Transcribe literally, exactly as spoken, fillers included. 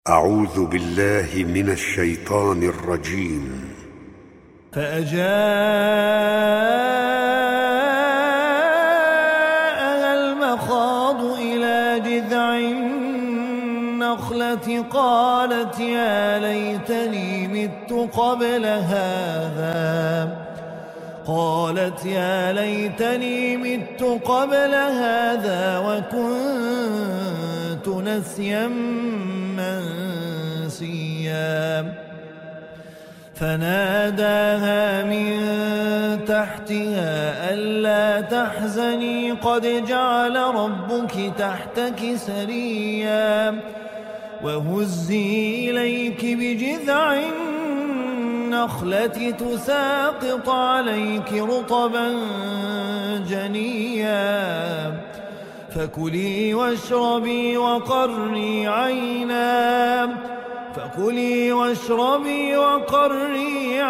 أعوذ بالله من الشيطان الرجيم. فأجاءها المخاض إلى جذع النخلة قالت يا ليتني مت قبل هذا قالت يا ليتني مت قبل هذا وكنت نسيا منسيا فناداها من تحتها ألا تحزني قد جعل ربك تحتك سريا وهزي إليك بجذع النخلة تساقط عليك رطبا جنيا فكلي واشربي وقري عينا فكلي واشربي وقري